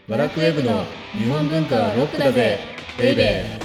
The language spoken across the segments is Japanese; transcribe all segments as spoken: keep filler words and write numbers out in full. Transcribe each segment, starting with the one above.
ワラクウェブの日本文化はロックだぜベイベー。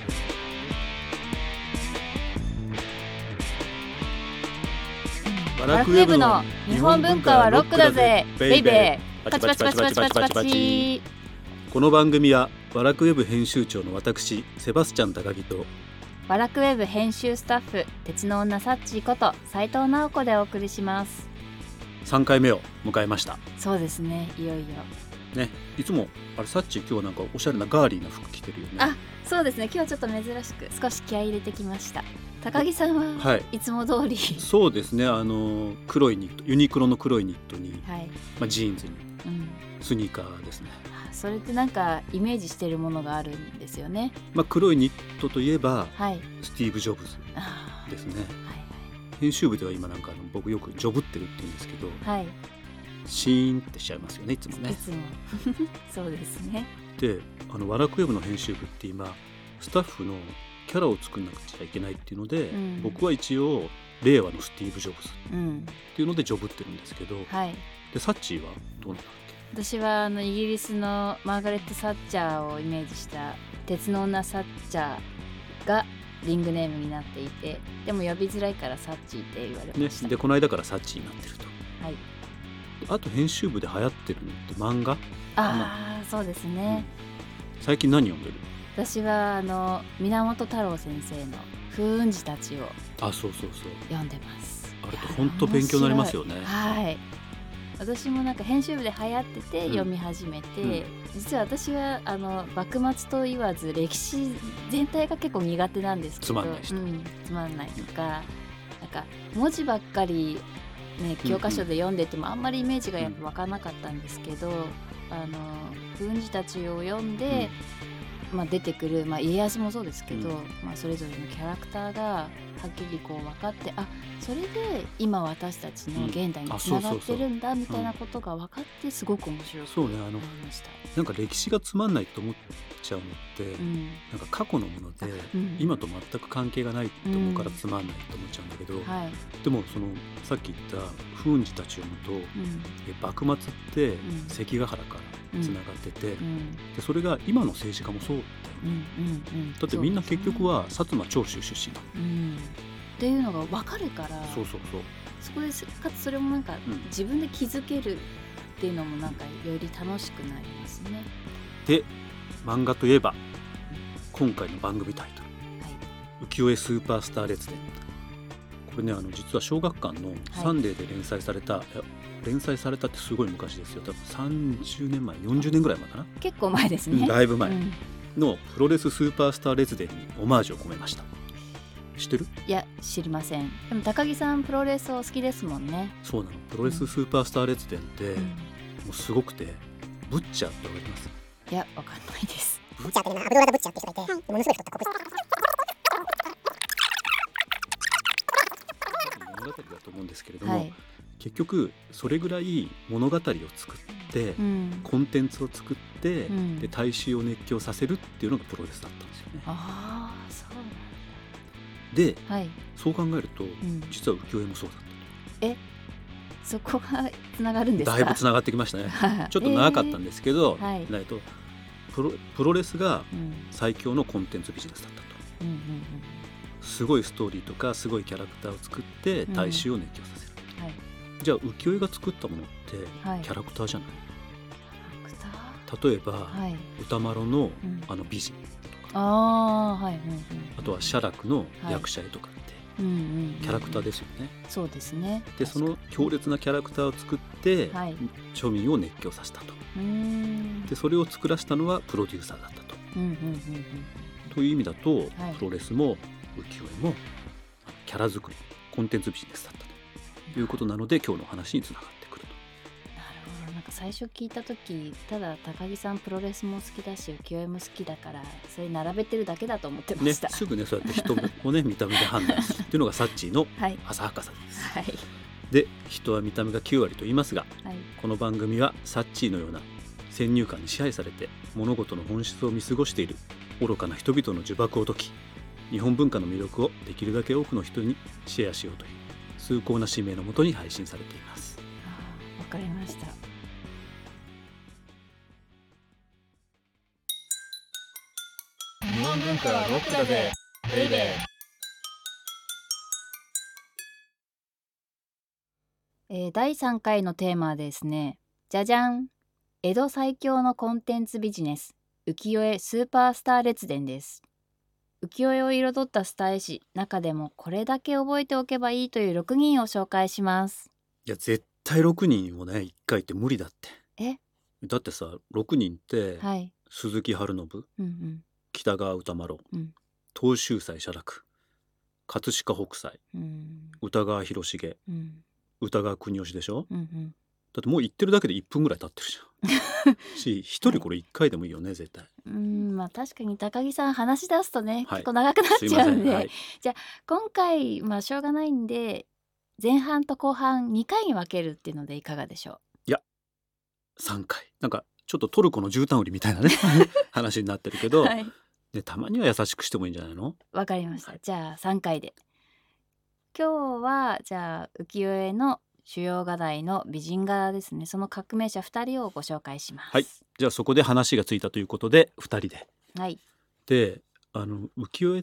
ワラクウェブの日本文化はロックだぜベイベー。パチパチパチパチパチパチパチ。 この番組はワラクウェブ編集長の私セバスチャン高木とワラクウェブ編集スタッフ鉄の女サッチーこと斉藤直子でお送りします。 さんかいめを迎えました。 そうですね、いよいよね。いつもあれサッチー今日はなんかおしゃれなガーリーな服着てるよね。 あ、そうですね、今日はちょっと珍しく少し気合い入れてきました。高木さんは、はい、いつも通りそうですね、あの黒いニット、ユニクロの黒いニットに、 はい、 まあ、ジーンズに、うん、スニーカーですね。 それってなんかイメージしてるものがあるんですよね。 まあ、黒いニットといえば、 はい、 スティーブ・ジョブズですね。 はい、 編集部では今なんかあの僕よくジョブってるって言うんですけど、 はい、 シーンってしちゃいますよね、いつもね。 いつもそうですね。 で、あのワラクウェブの編集部って今スタッフのキャラを作んなくちゃいけないっていうので、うん、僕は一応令和のスティーブ・ジョブズっていうのでジョブってるんですけど、うん、はい、でサッチーはどうなんだっけ？ 私はあのイギリスのマーガレット・サッチャーをイメージした鉄の女サッチャーがリングネームになっていて、でも呼びづらいからサッチーって言われました、 ね、でこの間からサッチーになってると。 はい。 あと編集部で流行ってるのって漫画？ ああ、そうですね、 うん、最近何読んでる？ 私はあの源太郎先生の風雲児たちをあ、そうそうそう読んでます。 あれって本当勉強になりますよね。 はい、私もなんか編集部で流行ってて読み始めて、うんうん、実は私はあの幕末と言わず歴史全体が結構苦手なんですけど、 つまんない人、 うん、つまんないとか、なんか文字ばっかりね、教科書で読んでてもあんまりイメージがやっぱ分からなかったんですけど、うん、あの風雲児たちを読んで、うん、まあ、出てくる、まあ、家康もそうですけど、うん、まあ、それぞれのキャラクターがはっきりこう分かって、あ、それで今私たちの現代につながってるんだみたいなことが分かってすごく面白くなりました。 なんか歴史がつまんないと思っちゃうのって、うん、なんか過去のもので、うん、今と全く関係がないと思うからつまんないと思っちゃうんだけど、うん、はい、でもそのさっき言った風雲児たちを読むと、うん、え幕末って関ヶ原からつながってて、うん、でそれが今の政治家もそうだよね、うんうんうん、だってみんな結局は薩摩長州出身だ、うん、 っていうのが分かるから、 そうそうそう、 そこでかつそれもなんか自分で気づけるっていうのもなんかより楽しくなりますね。 で、漫画といえば今回の番組タイトル、はい、浮世絵スーパースター列伝。これね、あの実は小学館のサンデーで連載された、はい、連載されたってすごい昔ですよ。多分さんじゅうねんまえ、よんじゅうねんぐらい前かな。 結構前ですね、 うん、だいぶ前のプロレススーパースター列伝にオマージュを込めました。知ってる？いや、知りません。 でも高木さんプロレスお好きですもんね。 そうなの。プロレススーパースター列伝って、うん、もうすごくて、ブッチャーってわかります？ いや、わかんないです。 ブッチャーってね、アブドーラダブッチャーって人がいて、はい、ものすごい太ったこ物語だと思うんですけれども、はい、結局それぐらい物語を作って、うん、コンテンツを作って、うん、で大衆を熱狂させるっていうのがプロレスだったんですよね。 ああ、そうなんだ。 で、 はい、そう考えると、うん、実は浮世絵もそうだった。 え、そこがつながるんですか？ だいぶつながってきましたねちょっと長かったんですけど、えーはい、だとプロ、プロレスが最強のコンテンツビジネスだったと、うんうんうん、すごいストーリーとかすごいキャラクターを作って大衆を熱狂させる、うん、はい、じゃあ浮世絵が作ったものってキャラクターじゃない、 はい、キャラクター、例えば、はい、歌麿のあの美人とか、 あ、はい、うんうん、 あとは写楽の役者絵とかって、はい、キャラクターですよね。 そうですね。 でその強烈なキャラクターを作って、はい、庶民を熱狂させたと。うーん、でそれを作らせたのはプロデューサーだったと、うんうんうんうん、という意味だと、はい、プロレスも浮世絵もキャラ作り、コンテンツビジネスだったということなので、今日の話につながってくると。 なるほど。なんか最初聞いた時、ただ高木さんプロレスも好きだし浮世絵も好きだからそれ並べてるだけだと思ってました、 ね、すぐねそうやって人をね見た目で判断するっていうのがサッチーの浅はかさです、はいはい、で人は見た目がきゅうわりと言いますが、はい、この番組はサッチーのような先入観に支配されて物事の本質を見過ごしている愚かな人々の呪縛を解き、日本文化の魅力をできるだけ多くの人にシェアしようという崇高な使命のもとに配信されています。 あ、わかりました。 本文化はロックだぜベイベー。 えー、だいさんかいのテーマはですね、じゃじゃん、江戸最強のコンテンツビジネス浮世絵スーパースター列伝です。浮世絵を彩ったスター絵師、中でもこれだけ覚えておけばいいというろくにんを紹介します。 いや絶対ろくにんをねいっかいって無理だって。 えだってさろくにんって、 はい、 鈴木春信、 うんうん、 北川歌麿、 うん、 東秀斎写楽、葛飾北斎、 うん、 歌川広重、 うん、 歌川国芳でしょ、 うんうん、 だってもう言ってるだけでいっぷんぐらい経ってるじゃんし一人これいっかいでもいいよね絶対。 うーんまあ確かに高木さん話し出すとね、 はい結構長くなっすいません、 ちゃうんで、 はい、 じゃあ今回まあしょうがないんで前半と後半にかいに分けるっていうのでいかがでしょいやさんかいなんかちょっとトルコの絨毯売りみたいなね話になってるけう。 ど、 はい、 でたまには優しくしてもいいんじゃないの。 わかりました。じゃあさんかいで。今日はじゃあ浮世絵の主要画題の美人画ですね、その革命者ふたりをご紹介します。 はい、じゃあそこで話がついたということでふたりで。 はい、 であの浮世絵って、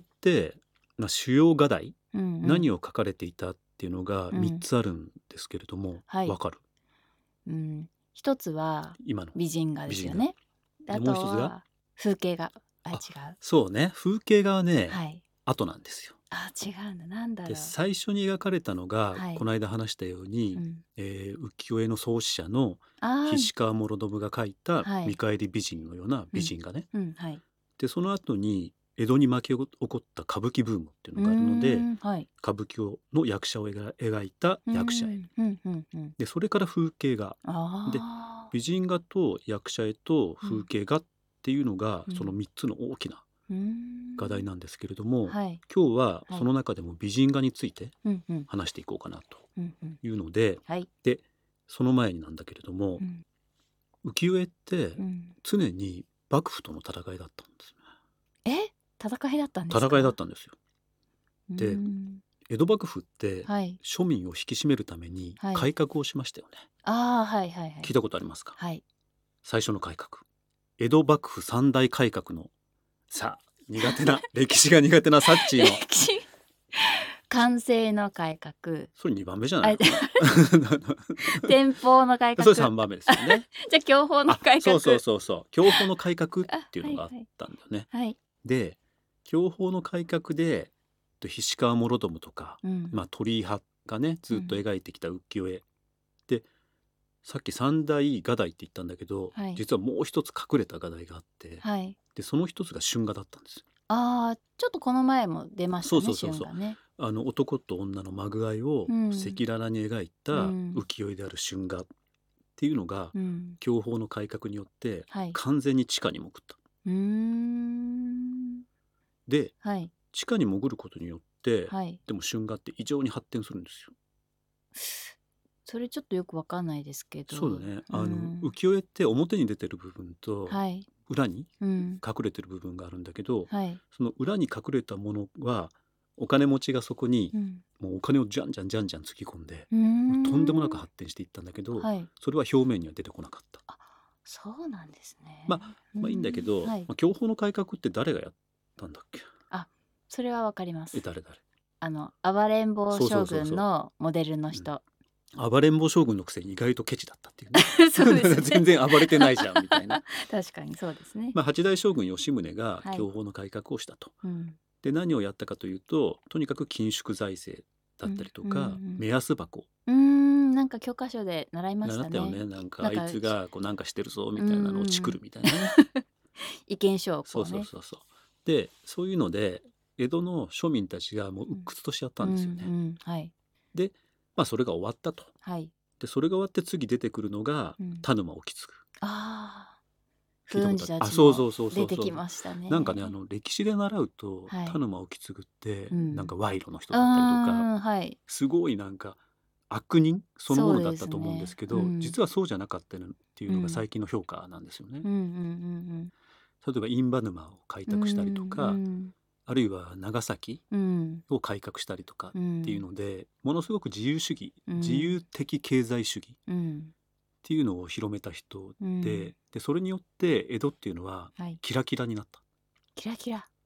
まあ、主要画題、 うんうん、 何を書かれていたっていうのがうんみっつあるんですけれども、 はいわかる？ うん、一つは今の美人画ですよね。であとでもう一つがは風景画。あ、違う。 そうね風景画はね、 はい。 後なんですよ。 あ、違うんだ。なんだろでう。 最初に描かれたのが、 はいこの間話したように、 うん、 えー浮世絵の創始者のあー菱川師信が描いたはい見返り美人のような美人がね、 うん、はい。 でその後に江戸に巻き起こった歌舞伎ブームっていうのがあるので、 うーんはい、 歌舞伎をの役者を描描いた役者絵、 うんうんうんうん、 でそれから風景画であ美人画と役者絵と風景画っていうのが、 うんそのみっつの大きなーうーん画題なんですけれども、 はい、 今日ははいその中でも美人画についてうんうん話していこうかなとうんうんいうので、 はい、 でその前になんだけれども、 うん浮世絵ってうん常に幕府との戦いだったんですえ戦いだったんですか？ ね。戦いだったんですよ。でうーん江戸幕府ってはい、 庶民を引き締めるためにはい改革をしましたよね。 ああはいはいはい聞いたことありますか？ はい最初の改革、江戸幕府三大改革のさあ苦手な歴史が苦手なサッチーの歴史完成の改革、 それにばんめじゃないの天保の改革、 それさんばんめですよね。 じゃあ享保のあ改革、 そうそうそうそう享保の改革っていうのがあったんだよね。 はい、 で享保の改革で菱川師信とか、 うんまあ、鳥居派がねずっと描いてきた浮世絵、でさっき三大画題って言ったんだけど、 はい実はもう一つ隠れた画題があって、 はい、 でその一つが春画だったんですよ。 ああちょっとこの前も出ましたね、 そうそうそうそう春画ね、 あの男と女のまぐわいをうん赤裸々に描いたうん浮世絵である春画っていうのが、 うん、 享保の改革によってはい、 完全に地下に潜った。 うーんではい地下に潜ることによって、 はい、 でも春画って異常に発展するんですよ。 それちょっとよくわかんないですけど、 そうだね。あのうん浮世絵って表に出てる部分とはい、 裏にうん、 隠れてる部分があるんだけど、 はい、 その裏に隠れたものはお金持ちがそこにうん、 もうお金をじゃんじゃんじゃんじゃんつぎ込んで、 うーんとんでもなく発展していったんだけど、 はい、 それは表面には出てこなかった。 そうなんですね。 ままあいいんだけど、 うんはいまあ、享保の改革って誰がやったんだっけ？ それはわかりますえ。誰誰あの暴れん坊将そうそうそうそう軍のモデルの人。 暴れん坊将軍のくせに意外とケチだったっていうねそうですね全然暴れてないじゃんみたいな確かにそうですね。 まあ八代将軍吉宗がはい享保の改革をしたと、 うんで何をやったかというととにかく緊縮財政だったりとか、 うんうんうん目安箱うーんなんか教科書で習いましたね。 習ったよね。なんかあなんかいつがこうなんかしてるぞみたいなのをチクるみたいなね、 意見書をこうね。 そうそうそうそうでそういうので江戸の庶民たちがもう鬱屈としちゃったんですよね、 うんうんはいでまあそれが終わったと。 はい。 でそれが終わって次出てくるのがうん田沼意次。 ああ。 聞いた風雲児たちことあるあそうそもうそうそう出てきましたね。 なんかねあの歴史で習うと、 はい田沼意次って、 うんなんか賄賂の人うだったりとか、 んはい。 すごいなんか悪人そのものだったと思うんですけどそうですねうん実はそうじゃなかったっていうのうんが最近の評価なんですよね。 うんうんうん例えば印旛沼を開うん。 拓したりとか、 うんあるいは長崎うんを改革したりとかうん。 っていうので、ものすごく自由主義、 うん自由的経済主義っうんていうのを広めた人うんで、でそれによって江戸っていうのははい。 キラキラになった。 キラキラ。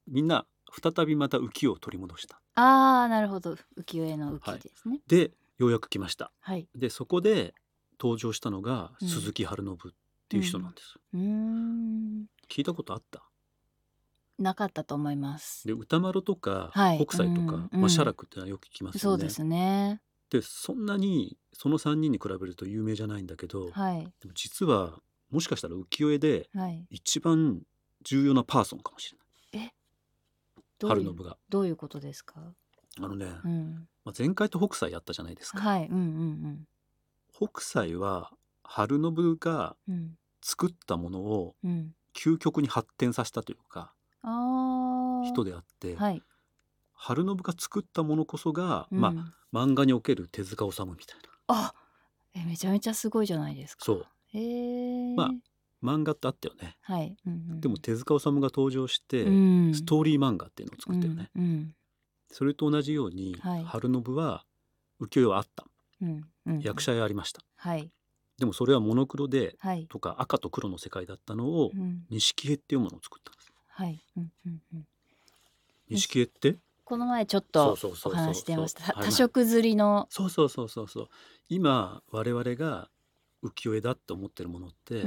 みんな再びまた浮世を取り戻した。 ああ、なるほど。浮世絵の浮世ですね。はい、 でようやく来ました。 はい、 でそこで登場したのが鈴木春信っていう人なんです。 うん、うーん聞いたことあった？ なかったと思います。 で歌丸とか、はい、北斎とか、うんまあ、写楽ってのはよく聞きますよね。 そうですね。 でそんなにそのさんにんに比べると有名じゃないんだけど、はい、でも実はもしかしたら浮世絵で一番重要なパーソンかもしれない。え春信が。 どういうことですか？ あのね、うんまあ、前回と北斎やったじゃないですか。はい、うんうんうん、北斎は春信が作ったものを究極に発展させたというか、うん、人であって、はい、春信が作ったものこそが、うん、まあ漫画における手塚治虫みたいな。 あえめちゃめちゃすごいじゃないですか。 そう。へえ。まあ漫画ってあったよね。はい。うんうん、でも手塚治虫が登場して、うん、ストーリー漫画っていうのを作ったよね。うんうん、それと同じように、はい、春信は浮世絵はあった。うんうん、役者絵ありました。はい。でもそれはモノクロで、はい、とか赤と黒の世界だったのを、錦絵っていうものを作ったんです。はい。うんうんうん、錦絵ってこの前ちょっとお話してました。多色刷りの。 そうそうそうそうそう。今我々が浮世絵だって思ってるものって、うん、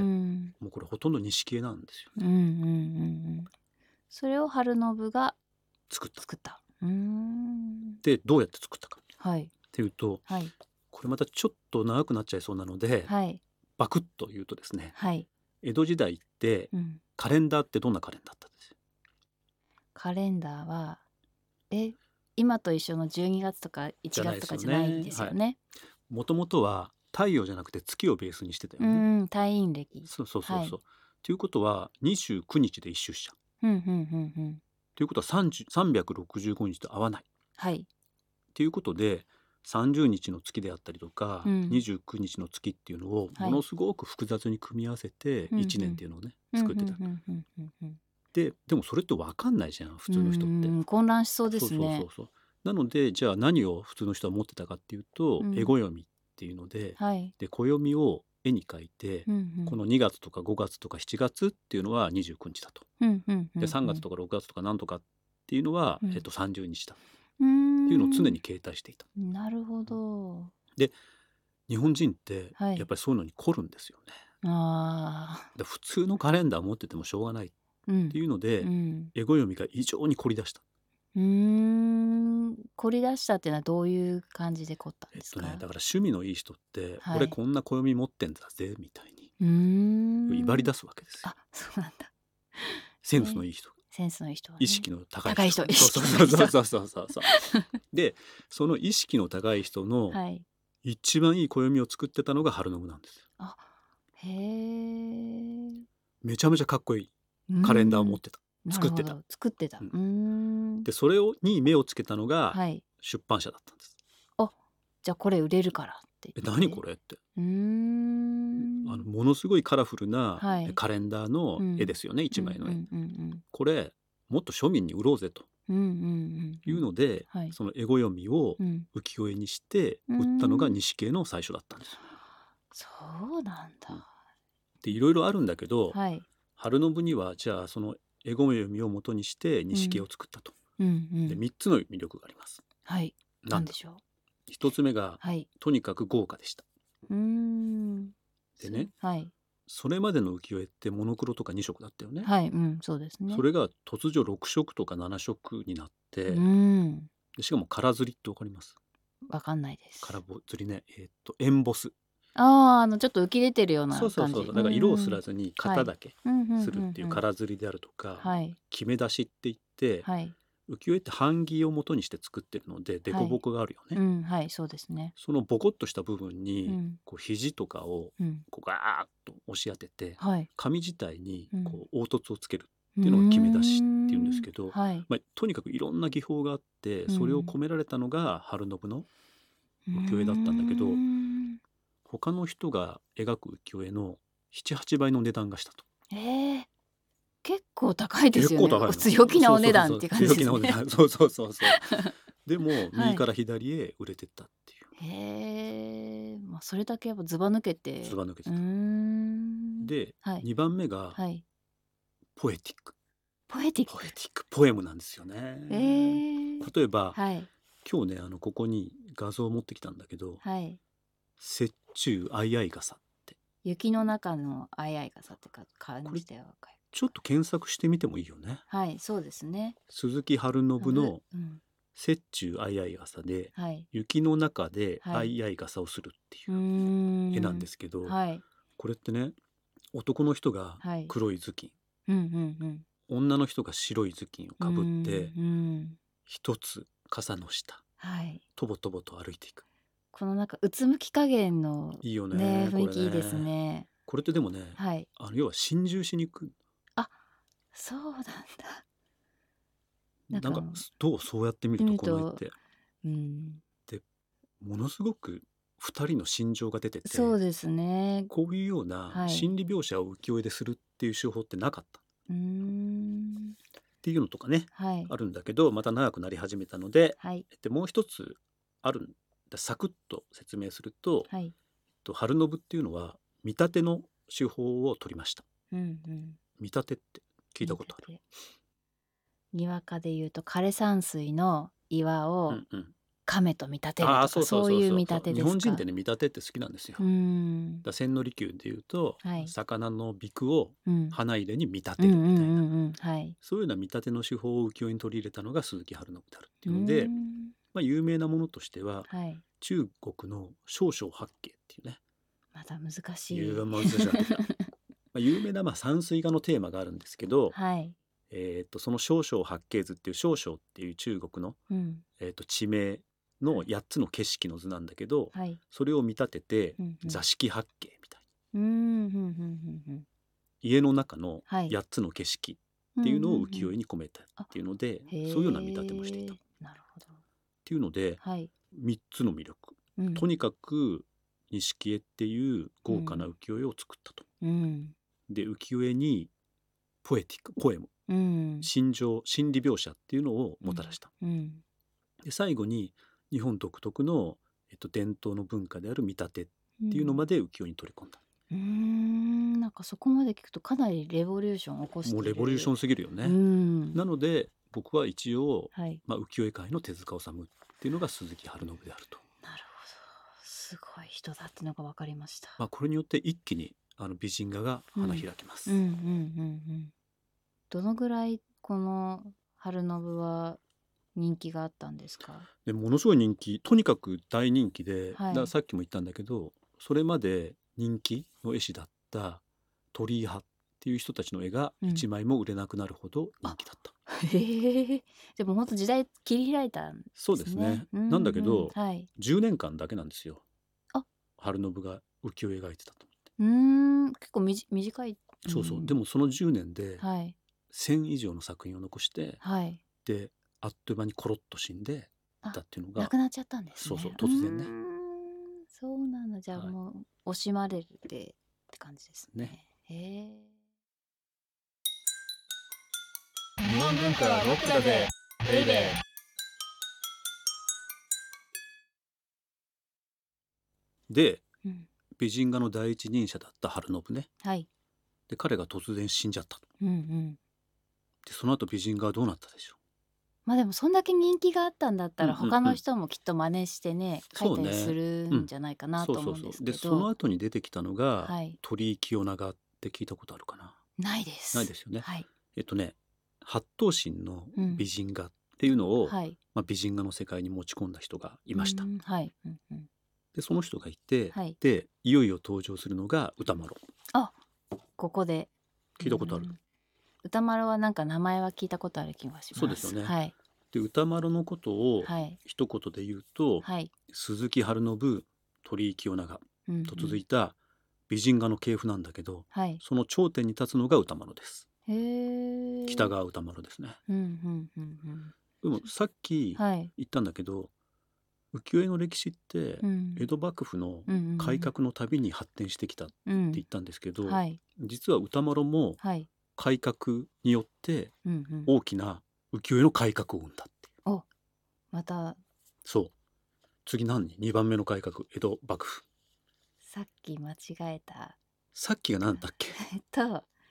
もうこれほとんど錦絵なんですよ、ね。うんうんうんうん。それを春信が作った。 作った。うーんでどうやって作ったか。はい。っていうと、はい、これまたちょっと長くなっちゃいそうなので、はい、バクッと言うとですね、はい、江戸時代って、うん、カレンダーってどんなカレンダーだったんですよ。 カレンダーはえ今と一緒のじゅうにがつとかいちがつとかじゃないんですよね。 もともとは太陽じゃなくて月をベースにしてたよね。うん太陰暦。 そうそうそうそう。はい、ということはにじゅうくにちで一周しちゃう。うんうんうんうん。ということはさんびゃくろくじゅうごにちと合わない。はい。ということでさんじゅうにちの月であったりとか、うん、にじゅうくにちの月っていうのをものすごく複雑に組み合わせていちねんっていうのをね、うんうん、作ってた。ででもそれって分かんないじゃん普通の人って。 混乱しそうですね。そうそうそうそう。なのでじゃあ何を普通の人は持ってたかっていうと、うん、絵暦っていうので、はい、で暦を絵に描いて、うんうん、このにがつとかごがつとかしちがつっていうのはにじゅうくにちだと、うんうんうんうん、でさんがつとかろくがつとかなんとかっていうのは、うんえっと、さんじゅうにちだっていうのを常に携帯していた。 なるほど。 で日本人ってやっぱりそういうのに凝るんですよね。はい、で普通のカレンダー持っててもしょうがないっていうので、うんうん、絵暦が異常に凝り出した。 うーん凝り出したっていうのはどういう感じで凝ったんですか？ えっとね、だから趣味のいい人って、はい、俺こんな暦持ってんだぜみたいにうーん威張り出すわけですよ。 あそうなんだ。 センスのいい人、 センスのいい人は、ね、 意識の高い人、 高い人意識そうそうそうそうそうそうでその意識の高い人の一番いい暦を作ってたのが春信なんですよ。あへえ。めちゃめちゃかっこいいカレンダーを持ってた。作ってた作ってた、うん、うーんでそれをに目をつけたのが出版社だったんです。 はい、あじゃあこれ売れるからってえ何これってうーんあのものすごいカラフルなカレンダーの絵ですよね、はい、いちまいの絵、うんうんうん、これもっと庶民に売ろうぜというので、うんうんうんはい、その絵暦を浮世絵にして売ったのが錦絵の最初だったんです。 そうなんだ。 でいろいろあるんだけど、はい、春信にはじゃあその絵暦を元にして錦絵を作ったと、うんうんうん、でみっつの魅力があります。 はい何でしょう。 ひとつめが、はい、とにかく豪華でした。うーんでね、はい、それまでの浮世絵ってモノクロとかにしょくだったよね。 はい、うん、そうですね。 それが突如ろくしょくとかななしょくになって、うんでしかもカラ刷りってわかります？ わかんないです。 カラ刷りね、えー、っとエンボス。 ああ、あのちょっと浮き出てるような感じ。 そうそうそう。だから色をすらずに型だけするっていうカラ刷りであるとか、はい、決め出しって言って、はい、浮世絵って版木を元にして作ってるので凸凹があるよね。 はい、うん、はい、そうですね。 そのボコッとした部分に、うん、こう肘とかをこうガーッと押し当てて、うん、紙自体にこう凹凸をつけるっていうのが決め出しっていうんですけど、はい、まあ、とにかくいろんな技法があってそれを込められたのが春信の浮世絵だったんだけど、他の人が描く浮世絵のなな、はちばいの値段がしたと。 えー、結構高いですよね。結構高い。強気なお値段っていう感じですね。強気なお値段。 そうそうそうそう。でも右から左へ売れてったっていう。 へえ、まあそれだけやっぱずば抜けて。 ずば抜けてた。で、はい、にばんめが、はい、ポエティック。 ポエティック。 ポエティックポエムなんですよね。 えー、 例えば、 はい、 今日ねあのここに画像を持ってきたんだけど、 はい、 雪中あいあい傘って、 雪の中のあいあい傘ってか感じでわかる。 ちょっと検索してみてもいいよね。 はい、そうですね。 鈴木春信のうん雪中あいあい傘で、 はい、 雪の中ではいあいあい傘をするっていううーん絵なんですけど、 はい、 これってね男の人がはい、 黒い頭巾、 うんうんうん女の人が白い頭巾をかぶってうんうん一つ傘の下はい、 とぼとぼと歩いていく。 このなんかうつむき加減のいいよねねこれね雰囲気いいですね。 これってでもね、 はい。 あの要は心中しに行く。 あ、そうなんだ。ななんんかかどうそうやって見ると見るとこの絵ってうん、 ものすごく二人の心情が出てて、 そうですね。 こういうようなはい心理描写を浮世絵でするっていう手法ってなかったっうーん、 ていうのとかねはいあるんだけど、また長くなり始めたので、 はいでもう一つあるんだ。サクッと説明すると、 はい。 えっと春信っていうのは見立ての手法を取りました。 うんうん。 見立てって聞いたことある？ 見立て。にわかで言うと枯山水の岩うをんうん。 亀と見立てるとか、 ああそうそうそういうそうそう見立てですか。 日本人ってね見立てって好きなんですよ。 うーんだ千利休で言うと、 はい魚の鼻腔をうん花入れに見立てうんうんるみたいな、 うんうんはい。 そういうような見立ての手法を浮世絵に取り入れたのが鈴木春信であるっていうので、 うーんまあ、有名なものとしてははい。 中国の少々八景っていうね、 また難しい。 有名な難しいわけだまあ有名なまあ山水画のテーマがあるんですけど、 はい。 えー、とその少々八景図っていう少々っていう中国の、 うんえー、と地名のやっつの景色の図なんだけど、 はい。 それを見立ててうんうん座敷八景みたいな、 うーんうんうんうん家の中のはいやっつの景色うん。 っていうのをんんん浮世絵に込めたっていうので、 へーそういうような見立てもしていたっなるほど。 ていうのではい。 みっつの魅力、 うんとにかく錦絵っていう豪華な浮世絵を作ったと。 うんで浮世絵にポエティックポエム、 うん心情心理描写っていうのをもたらした。 うんで最後に日本独特の、えっと、伝統の文化である見立てっていうのまで浮世絵に取り込んだ。 うーんなんかそこまで聞くとかなりレボリューションを起こしている。 もうレボリューションすぎるよね。 うんなので僕は一応、 はい。 まあ、浮世絵界の手塚治虫っていうのが鈴木春信であると。 なるほど。すごい人だってのが分かりました。 まあ、これによって一気にあの美人画が花開きます。 うんうんうんうん。どのぐらいこの春信は人気があったんですか？ でものすごい人気、とにかく大人気で、 はいだからさっきも言ったんだけどそれまで人気の絵師だった鳥居派っていう人たちの絵がうん一枚も売れなくなるほど人気だった。 へえ。でも本当時代切り開いたんですね。 そうですね。 ううなんだけどはい。 じゅうねんかんだけなんですよ。 あ春信が浮世絵描いてたとうーん結構みじ短い。 思って。そうそう。 んでもそのじゅうねんではいせん以上の作品を残して、 はい。 であっという間にコロッと死んでいたっていうのがなくなっちゃったんですね。 そうそう突然ねうーんそうなんだ。じゃあはいもう惜しまれてって感じですね。 ねへえ。 日本文化はロックだぜベイベー。 でうん美人画の第一人者だった春信ね。 はい。 で彼が突然死んじゃった。 うんうん。 でその後美人画はどうなったでしょまあでもそんだけ人気があったんだったらうんうんうん他の人もきっと真似してねそうね描いたりするんじゃないかう。 なとそうそう思うんですけど。 そう。でその後に出てきたのが、 はい鳥居清長って聞いたことあるかな？ ないです。 ないですよね。 はい。 えっとね八頭身のうん美人画っていうのを、 はい。 まあ、美人画の世界に持ち込んだ人がいましたう。んはい。うんうん。 でその人がいて、 はいでいよいよ登場するのが歌麿。 ここで聞いたことある？ うん歌丸はなんか名前は聞いたことある気がします。 そうですよねはいで歌麿のことをはい一言で言うと、 はい。 鈴木春信鳥居清長うんうんと続いた美人画の系譜なんだけど、 はい。 その頂点に立つのが歌麿です。 へえ。 北川歌麿ですね。 うんうんうんでもさっきうん。はい。 言ったんだけど、浮世絵の歴史ってうん江戸幕府のうんうんうん改革のたびに発展してきたってうん言ったんですけど、 はい実は歌麿もはい。 改革によってうんうん。 大きな浮世絵の改革を生んだっていう。 またそう次何にばんめの改革、江戸幕府。 さっき間違えた。 さっきが何だっけ？ えっと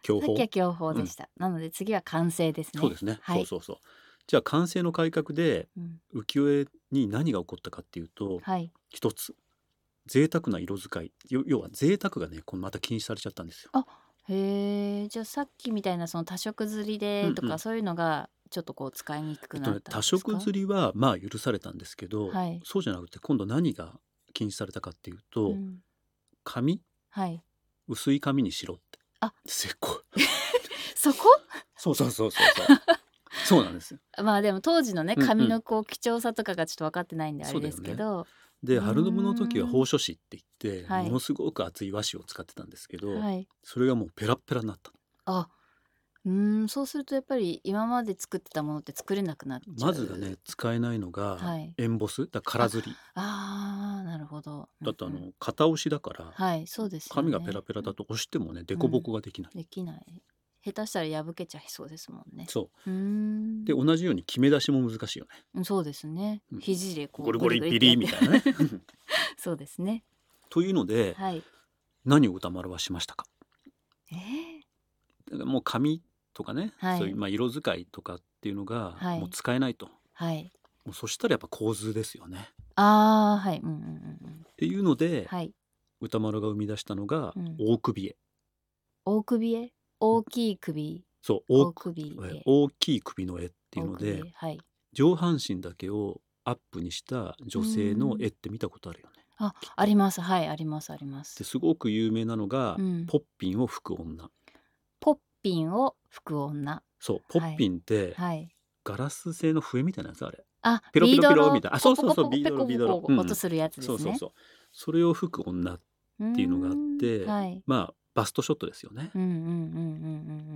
享保。 さっきは享保でした、うん、なので次は寛政ですね。 そうですね、はい、そうそうそう。じゃあ寛政の改革で浮世絵に何が起こったかっていうと、はい、一つ贅沢な色使い、要は贅沢がねこのまた禁止されちゃったんですよ。 あ、へえ。じゃあさっきみたいなその多色刷りでとか、うんうん、そういうのがちょっとこう使いにくくなったんですか？えっとね、 多色刷りはまあ許されたんですけど、はい、そうじゃなくて今度何が禁止されたかっていうと、うん、紙、はい、薄い紙にしろって。あ、せっこそこそうそうそうそうそうそうなんですよ。 まあでも当時のね紙のこう貴重さとかがちょっと分かってないんであれですけど、 で春信の時は宝書紙って言って、はい、ものすごく厚い和紙を使ってたんですけど、はい、それがもうペラッペラになった。 あ、うーん、そうするとやっぱり今まで作ってたものって作れなくなっちゃう。 まずがね使えないのが、はい、エンボスだから刷り。 ああ、なるほど。 だってあの型押しだから、 はい、そうですよね。 紙がペラペラだと押してもね凸凹ができない、 うん、できない。下手したら破けちゃいそうですもんね。 そう。うーんで同じように決め出しも難しいよね。 そうですね。肘でこうゴリゴリビリみたいなね。 そうですね。 というので、はい、何を歌丸はしましたか？えー、もう紙とかね、はい、そういうまあ色使いとかっていうのがもう使えないと、はい、もうそしたらやっぱ構図ですよね。 ああ、はい、うんうんうん、 っていうので、はい、歌丸が生み出したのが大首絵。 大首絵、大きい首。 そう、大首絵、大きい首の絵っていうので、はい、上半身だけをアップにした女性の絵って見たことあるよね。 あ、あります、はい、ありますあります。 ですごく有名なのが、うん、ポッピンを吹く女。 ポッピンを吹く女。 そう、ポッピンって、はい、ガラス製の笛みたいなやつあれ。 あ、 ペロペロペロみたいな。あ、そうそうそう、ビードロビードロ。 音するやつですね。 そうそうそう。それを吹く女っていうのがあって、はい、まあバストショットですよね。 うんうんうんうんうんうん。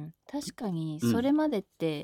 確かにそれまでって、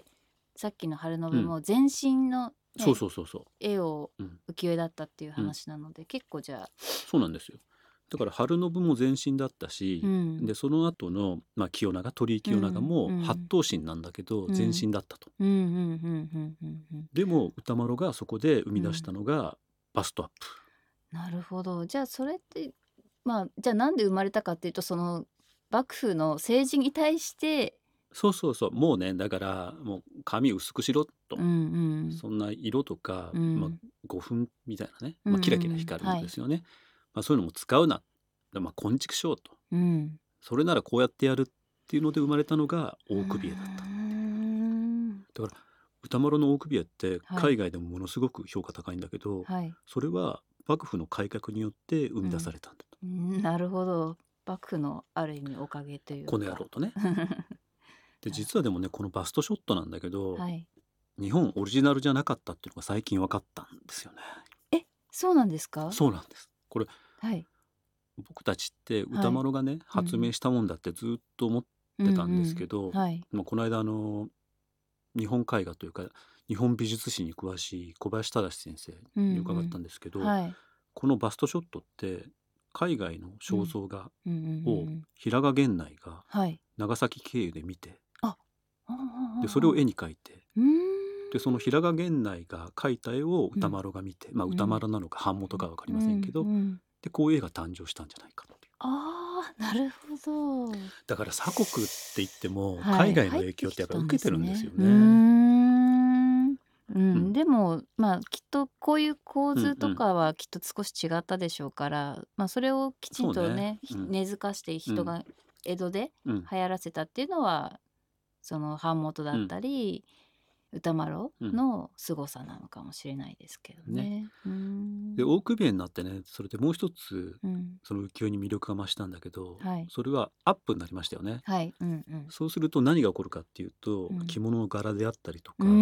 うん、さっきの春信も全身の、ね、 そうそうそうそう絵を浮世絵だったっていう話なので、うん、結構じゃあそうなんですよ。だから春信も全身だったし、うん、でその後のまあ清長、鳥居清長も八頭身なんだけど、うん、全身だったと。でも歌麿がそこで生み出したのがバストアップ。 うん、なるほど。じゃあそれってまあじゃあなんで生まれたかっていうと、その幕府の政治に対して。 そうそうそう、もうねだからもう髪薄くしろと、うんうん、そんな色とか、うんまあ、ごふんみたいなね、まあ、キラキラ光るものですよね、うんうんはいまあ、そういうのも使うな、まあ、昆虫しようと、うん、それならこうやってやるっていうので生まれたのが大首絵だった。だから歌麿の大首絵って海外でもものすごく評価高いんだけど、はい、それは幕府の改革によって生み出されたんだと、 うん、なるほど。幕府のある意味おかげというか、 この野郎とねで実はでもねこのバストショットなんだけど、はい、日本オリジナルじゃなかったっていうのが最近分かったんですよね。 え、そうなんですか？ そうなんです。これ、はい、僕たちって歌麿がね、はい、発明したもんだってずっと思ってたんですけど、うんうんはい、この間あの日本絵画というか日本美術史に詳しい小林忠先生に伺ったんですけど、うんうんはい、このバストショットって海外の肖像画を平賀源内が長崎経由で見て、でそれを絵に描いて、でその平賀源内が描いた絵を歌麿が見て、うん、まあ歌麿なのか版元か分かりませんけど、うんうん、でこういう絵が誕生したんじゃないかっていう。 あー、なるほど。 だから鎖国って言っても、はい、海外の影響ってやっぱ受けてるんですよね。 うんうん、でもまあきっとこういう構図とかはきっと少し違ったでしょうから、うんうん、まあ、それをきちんと ね, ね、うん、根付かして人が江戸で流行らせたっていうのは、その版元だったり、うん、歌麿の凄さなのかもしれないですけどね。ねうんで大首絵になってね、それでもう一つ、うん、その浮世絵に魅力が増したんだけど、はい、それはアップになりましたよね。はいうんうん、そうすると何が起こるかっていうと、うん、着物の柄であったりとか、うん、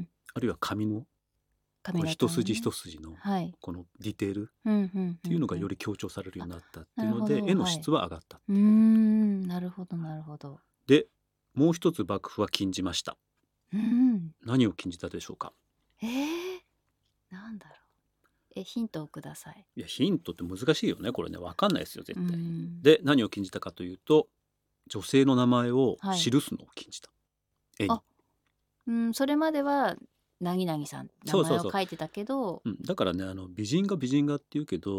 あるいは紙のこの一筋一筋のこのディテールっていうのがより強調されるようになったっていうので、絵の質は上がったっていう。 うーん、なるほどなるほど。 でもう一つ幕府は禁じました。うん、何を禁じたでしょうか？ えー、なんだろう。え、ヒントをください。 いやヒントって難しいよねこれね、分かんないですよ絶対。で何を禁じたかというと、女性の名前を記すのを禁じた、はい、絵に。あ、 うん、それまではなぎなぎさん名前を書いてたけど、 うん、だからねあの美人が美人がって言うけど、はい、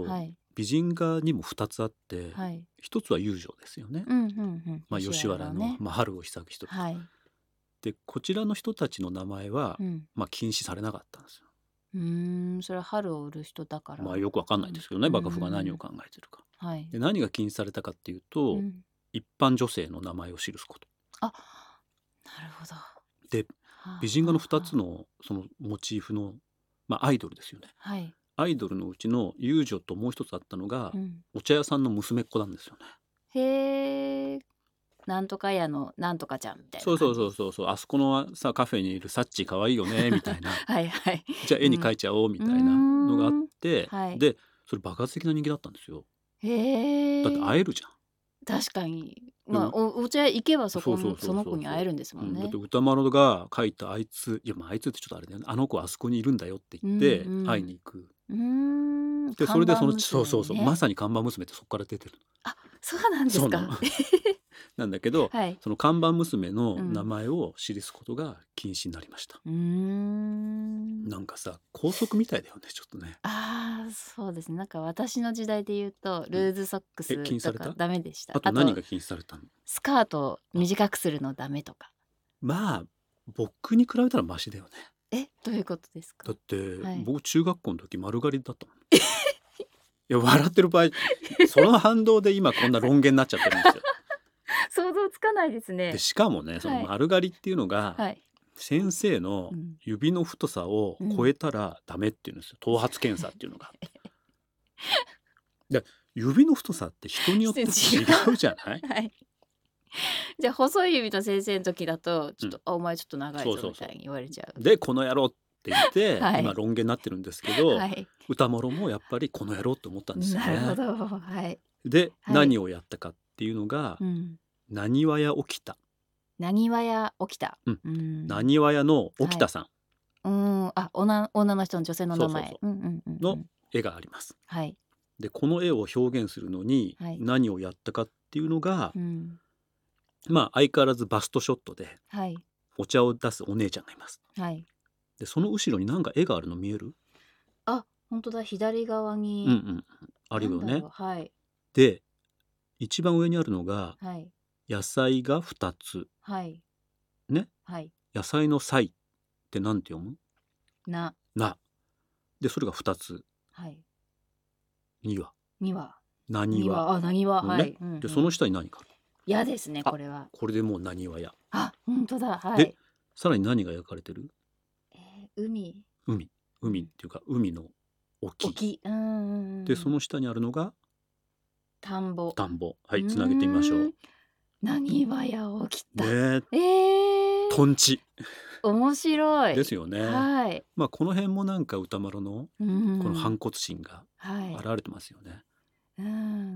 美人画にもふたつあって、 はい。 一つは遊女ですよね。 うんうんうん。 まあ、吉原の、 ね。 まあ、春を久く人とか、 はい。 でこちらの人たちの名前は、 うん。 まあ、禁止されなかったんですよ。 うーん、それは春を売る人だから。 まあよくわかんないですけどね、 うん幕府が何を考えてるか。 はい。 で何が禁止されたかっていうと、 うん。 一般女性の名前を記すこと。 あ、なるほど。 ではあ美人画のふたつはのそのモチーフの、まあ、アイドルですよね。 あはい。 アイドルのうちの遊女ともう一つあったのが、 うん。 お茶屋さんの娘っ子なんですよね。 へえ。なんとか屋のなんとかちゃんみたいそうそうな感じです。 そうそうそう、あそこのさカフェにいるサッチ可愛いよねみたいなはいはい。 じゃあ絵に描いちゃおうみたいなのがあっうーんて、 はい。 でそれ爆発的な人気だったんですよ。 へだって会え。 えるじゃん。 確かに。 でまあ、おお茶屋行けばそこそうそうのそうのそそうそう、 子に会えるんですもうんん、だっね。 て歌丸が描いたあいつ、いやまああいつってちょっとあれだよね、あの子あそこにいるんだよってうん言って会いうん。 に行く。 うーん、 でそれでその看板娘そうそうそう、まね。 さに看板娘ってそこから出てる。 あ、そうなんでそうなのすか。 なんだけど、 はい。 その看板娘の名うん。 前を記すことが禁止になりました。 うーん。 なんかさ校則みたいだよね、ちょっとね。 ああ、そうですね。なんか私の時代で言うと、 うん、 ルーズソックえ禁止スとかされた？ ダメでした。 あとあと、 何が禁止されたの？ スカートをあ短くするのダメとか。 まあ僕に比べたらマシだよね。 え、どういうことですか？ だってはい。 僕中学校の時丸刈りだったもん。いや笑ってる場合、その反動で今こんな論言になっちゃってるんですよ。 想像つかないですでね。 しかもね、そのはい。 丸刈りっていうのがはい。 先生のうん。 指の太さをうん。 超えたらダメっていうんですよ。頭髪検査っていうのがあって。で指の太さって人によって違うじゃない？ はい。じゃあ細い指の先生の時だとちうん。 ょっと、あ、お前ちょっと長いそうそうそぞみたいに言われちゃう。 う。でこの野郎って言って今はい。 論言になってるんですけど、 はい。 歌丸もやっぱりこの野郎って思ったんですよね。 なるほど。はい。 ではい。 何をやったかっていうのが、 うん。 なにわ屋起きた。 なにわ屋起きた。 うん。 うー。 なんにわ屋のはい。 沖田さんうーん、あ、おな女の人の女性の名前。 そうそうそうんうんうんうのうん。 絵があります。 はい。 でこの絵を表現するのにはい。 何をやったかっていうのが、 うん。 まあ相変わらずバストショットではい。 お茶を出すお姉ちゃんがいます。 はい。 でその後ろになんか絵があるの見える？ あ、本当だ。左側うんうに、 んあるよね。 なんだろう。はい。 で一番上にあるのがはい。 野菜がふたつはい。 ね。 はい。 野菜の菜ってなんて読む？ な。 な。でそれがふたつ。 はい。 には。 には。 なにわ。 には、あ、なにわ。 のね。 はい。うんうでそのん。 下に何かある？ 矢ですね、 あ、 これは。 これでもうなにわ屋。 あ、本当だ。はでい。 さらに何が描かれてる？ えー、海。 海。 うん。 海っていうか海の沖。 沖。うんうんうでんうん。 その下にあるのが田んぼ。 田んぼ。 うはいつなげてみましょーん。 う。 なにわ屋起きた。 ねえ。 ええ。 とんち面白い。 ですよね。 はい。 まあこの辺もなんか歌丸のうこのん。 反骨心がはい。 現れてますよね。 うん。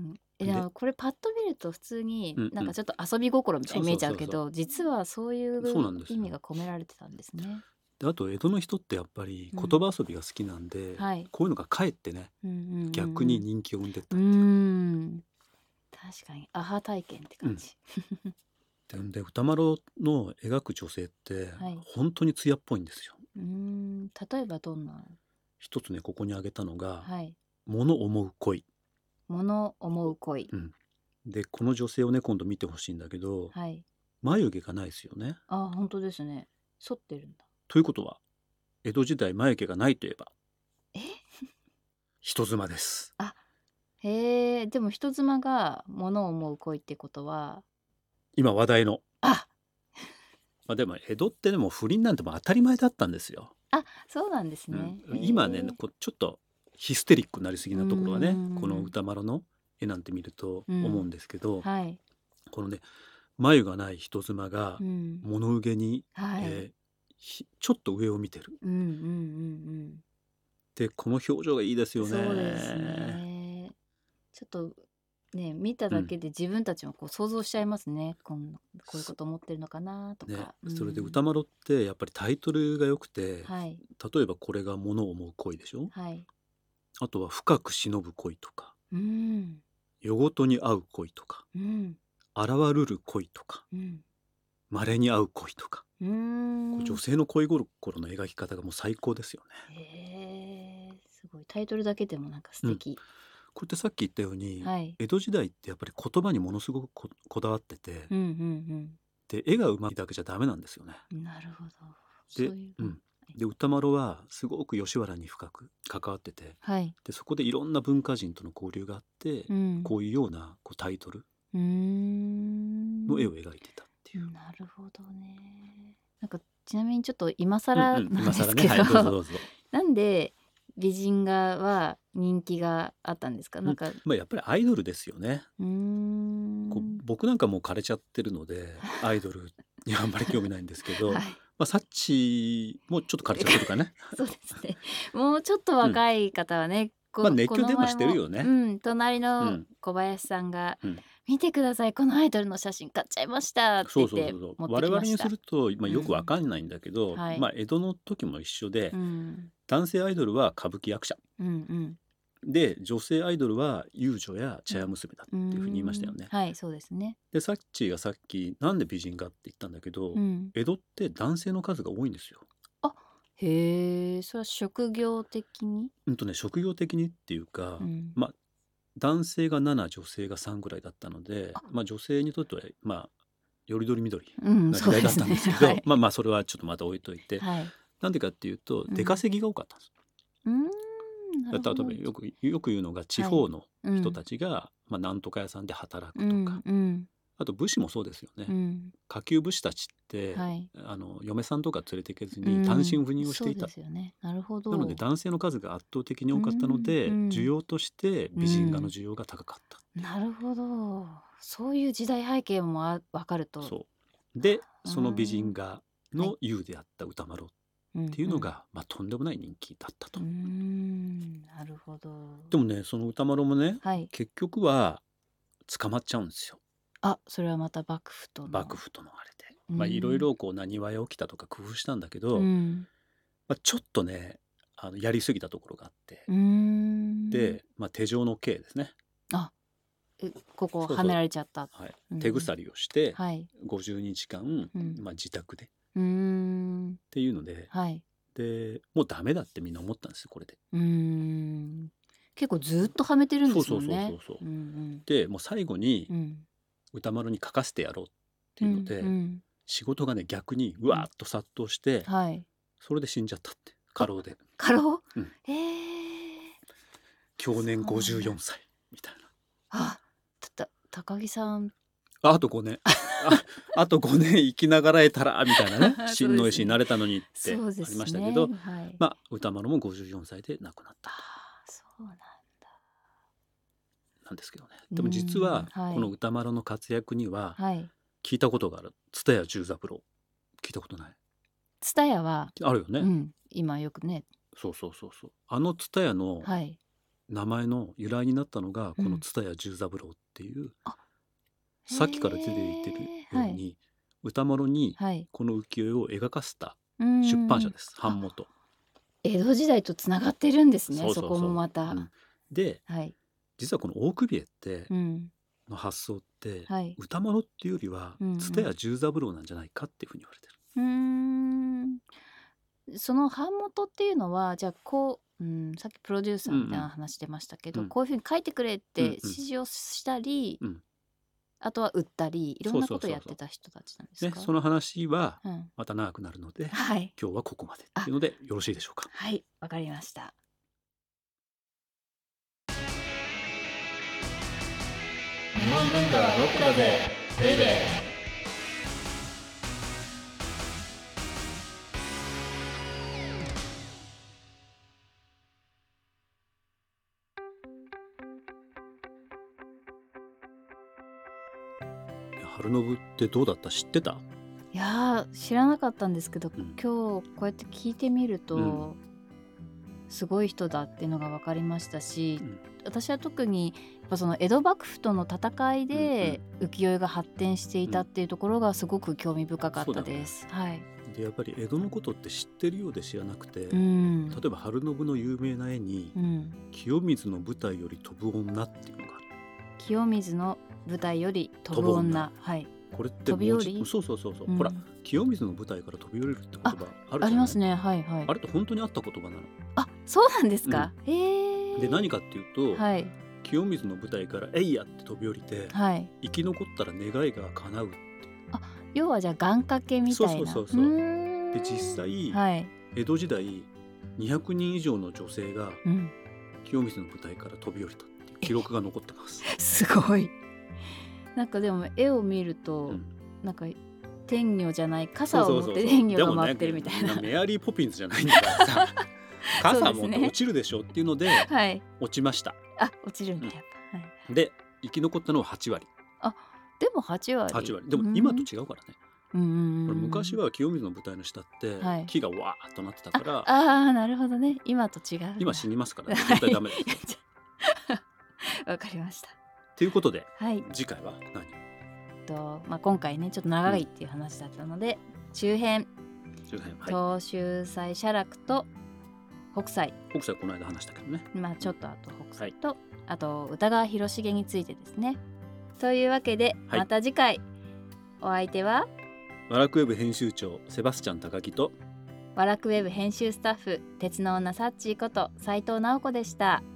え、でで、 もこれパッと見ると普通にうんうん。 なんかちょっと遊び心みたいそうに見えそうそうそちゃうけど、実はそういう。そうなうんです意味がよ。 込められてたんですね。 であと江戸の人ってやっぱりうん。 言葉遊びが好きなんで、 はい。 こういうのがかえってねうんうんう逆んうん。 に人気を生んでったうっていう。 ーん。確かにアハ体験ってうん。 感じ。 でで歌丸の描く女性ってはい。 本当に艶っぽいんですよ。 うーん。例えばどんな。 一つねここに挙げたのがはい。 物思う恋。 物思う恋。 うん。でこの女性をね今度見てほしいんだけどはい。 眉毛がないですよね。 あ、本当ですね。反ってるんだ。 ということは江戸時代眉毛がないといえばえ？ 人妻です。 あ、へえ。でも人妻が物を思う恋ってことは、 今話題の。 あ、 まあでも江戸ってでも不倫なんてもう当たり前だったんですよ。 あ、そうなんですうね。 ん、 へ今ねえ。 こうちょっとヒステリックになりすぎうーなところはねこのん。 歌丸の絵なんて見るとう思うんん。 ですけど、 はい。 このね眉がない人妻がうん。 物憂げに、 はい。 えーひちょっと上を見てる。 うんうんうんでこの表情がいいですうん。 よそうですね。 ね。ちょっとね、見たうんだけで自分たちもこう想像しちゃいますね。こんこういうこと思ってるのかなとね、 か。うそれでん。 歌丸ってやっぱりタイトルが良くてはい。 例えばこれが物を思う恋でしょ。 はい。 あとは深く忍ぶ恋とかうん。 夜ごとに会う恋とかうん。 現るる恋とかうん。 稀に会う恋とかうーこう女ん。 性の恋心の描き方がもう最高ですよね。 へえ、すごい。タイトルだけでもなんか素うん、 敵。 これってさっき言ったように、 はい、 江戸時代ってやっぱり言葉にものすごく こ, こだわってて、 うんうん、 で絵がうまいだけじゃダメなんですよね。 なるほど。 で、 そういう、 うん、で歌麿はすごく吉原に深く関わってて、 はい、 でそこでいろんな文化人との交流があって、 うん、 こういうようなこうタイトルうーんの絵を描いてたっていう。 なるほどね。なんかちなみにちょっと今更うんうん、 なん今更ね、 ですけど、 はい、どうぞどうぞ。 なんで美人画は人気があったんですか？ うんなんか、 まあ、やっぱりアイドルですよね。 うーんこう僕なんかもう枯れちゃってるのでアイドルにはあんまり興味ないんですけど、 はい、 まあ、サッチもちょっと枯れちゃってるかね。 そうですね。もうちょっと若い方はね、こまあ熱この前狂電話してるも、 よね。 うん、隣うのん小林さんが、 うん、 見てください、このアイドルの写真買っちゃいましたってそう言ってそうそうそう。 持って我々にきました。 すると、まあ、よくわうんかんないんだけど、 はいまあ、江戸の時も一緒で、 うん、 男性アイドルは歌舞伎役者うんうんで、女性アイドルは遊女や茶屋娘だってういうふうに言いましたよね。 ーんはい、そうですね。 でサッチがさっきなんで美人かって言ったんだけど、 うん江戸って男性の数が多いんですよ。 あ、へえ、それは職業的に？ うんとね、職業的にっていうか、 うんまあ男性がなな女性がさんぐらいだったので、 あまあ、女性にとってはまあよりどりみどりうん、 な時代だったんですけど、 はい。 まあまあそれはちょっとまた置いといて、 はい。 なんでかっていうとうん出稼ぎが多かったんです。 うーん、なだるほど。 から多分よくよく言うのが地はい。 方のうん。 人たちが、まあ、なんとか屋さんで働うくとか、 んうんあと武士もそうですよね。 うん下級武士たちって、 はい。 あの嫁さんとか連れていけずうに単身ん、 赴任をしていた。 そうですよね。なるほなのでど。 男性の数が圧倒的にう多かったのんで、 うん需要としてう美人画のん。 需要が高かった。 なるほど。そういう時代背景もあわかると。 そうでうその美人ん。 画はい。 の優であった歌麿っうんうん。 ていうのが、まあ、とんでもない人気だったうーと。 ん、なるほど。 でもねその歌麿もねはい。 結局は捕まっちゃうんですよ。 あ、それはまた幕府との。 幕府とのあれで。 うまあいろいん。 ろこう何わや起きたとか工夫したんだけうど、 ん。 まあ、ちょっとねあのやりすぎたところがあってうーん。 で、まあ、手錠の刑ですね。 あ、え、ここそうそう、 はめられちゃった。 はい、 うんうん。 手鎖をしてはい。 ごじゅうにちかん、 うん。 まあ、自宅でっうーん。 ていうので、 はい。 でもうダメだってみんな思ったんですよこれで。 うーん。結構ずっとはめてるんですそうそうそうそうもんね。 そう。 うんでもう最後にうん。うん。 歌丸に書かせてやろうってういうので、 んうん。 仕事がね逆にううん。 わーっと殺到してはい。 それで死んじゃったって過あ、 労で、 過労？ うん、 へえ。 享年そうなん 54 だ。 歳みたいな。 あ、たた高木さん。 ああとごねんああとごねん生きながらえたらみたいなねそう真の絵師になですね。 れたのにってそうでありますしたけね。 ど、 はい。 まあ歌丸もごじゅうよんさいで亡くなったあとあ、そうなんだ。 なんですけどね。 うでも実ーん、 はこのはい。 歌丸の活躍にははい。 聞いたことがある。蔦屋十三郎聞いたことない？ 蔦屋は、 あるよね。 うん、今よくね。 そうそうそうそう。あの蔦屋のはい。 名前の由来になったのがこのうん。 蔦屋十三郎っていう、 あ、 さっきから出ていてるへえ、 ようはい。 に歌丸にはい。 この浮世絵を描かせたう出版ーん。 社です。版あ、 元。 江戸時代とつながってるんですね、 そうそこもそうそう。うまた。 ん、ではい。 実はこの大首絵ってうん。 の発想ってはい。 歌丸っていうよりはうんう蔦屋ん。 十三郎なんじゃないかっていうふうに言われてる。 うーん。その版元っていうのは、じゃあこう、うん、さっきプロデューサうんーみたいなうん話してましたけど、 うんこういうふうに書いてくれっうんうんて指示をしたり、 うん。 あとは売ったり、いろそうんなことそうそうそやってた人たちなんですう。ね、 か？ その話はうん。 また長くなるのではい。 今日はここまでってあ、 いうのでよろしいでしょうか。 はい、わかりました。 日本文化はロックだぜベイベー。 春信ってどうだった？知ってた？ いやー、知らなかったんですけど、 うん今日こうやって聞いてみるうんと、すごい人だっていうのが分かりましたし、 うん私は特にやっぱその江戸幕府との戦いうんで浮世絵が発展していたっていうところがすごく興味深かっそうだよね。 たです。はい。 でやっぱり江戸のことって知ってるようで知らなくて、 う例ん。 えば春信の有名な絵にうん。 清水の舞台より飛ぶ女っていうのがある。 清水の舞台より飛飛ぶ女。 ぶ女。はい。 これって飛び降文字りそうそうそうそう、 うほらん。 清水の舞台から飛び降りるって言あ、 葉あるあじゃない？ りますね。はいはい。 あれって本当にあった言葉なの。 あ、そうなんですうんか。へでえ。 何かっていうとはい。 清水の舞台からえいやって飛び降りて、はい、生き残ったら願いが叶うって。 あ、要はじゃあ願掛けみたいな。 そうそうそうそう。で実際、はい、江戸時代にひゃくにん以上の女性が清水の舞台から飛び降りたっていう記録が残ってます。 すごい。なんかでも絵を見ると、うん、なんか天女じゃない傘を持って天女が回ってるみたいな。 でもね、メアリーポピンズじゃないんだからさ傘持って落ちるでしょっていうので、はい、落ちました。 あ、落ちるんだやっぱ、はい、 で生き残ったのははちわり。 あ、でもはちわり。 はちわり。でも今と違うからね。うん、昔は清水の舞台の下って木がわーっとなってたから、はい、 ああ、なるほどね。今と違う。 今死にますからね。絶対ダメです。 わかりました。 ということで、はい、次回は何と、まあ、今回ねちょっと長いっていう話だったので、うん、中編、 中編、はい、 東秀斎写楽と北斎。 北斎この間話したけどね。 まあちょっとあと北斎と、はい、あと歌川広重についてですね。というわけで、はい、また次回お相手はワラクウェブ編集長セバスチャン高木とワラクウェブ編集スタッフ鉄の女サッチーこと斉藤直子でした。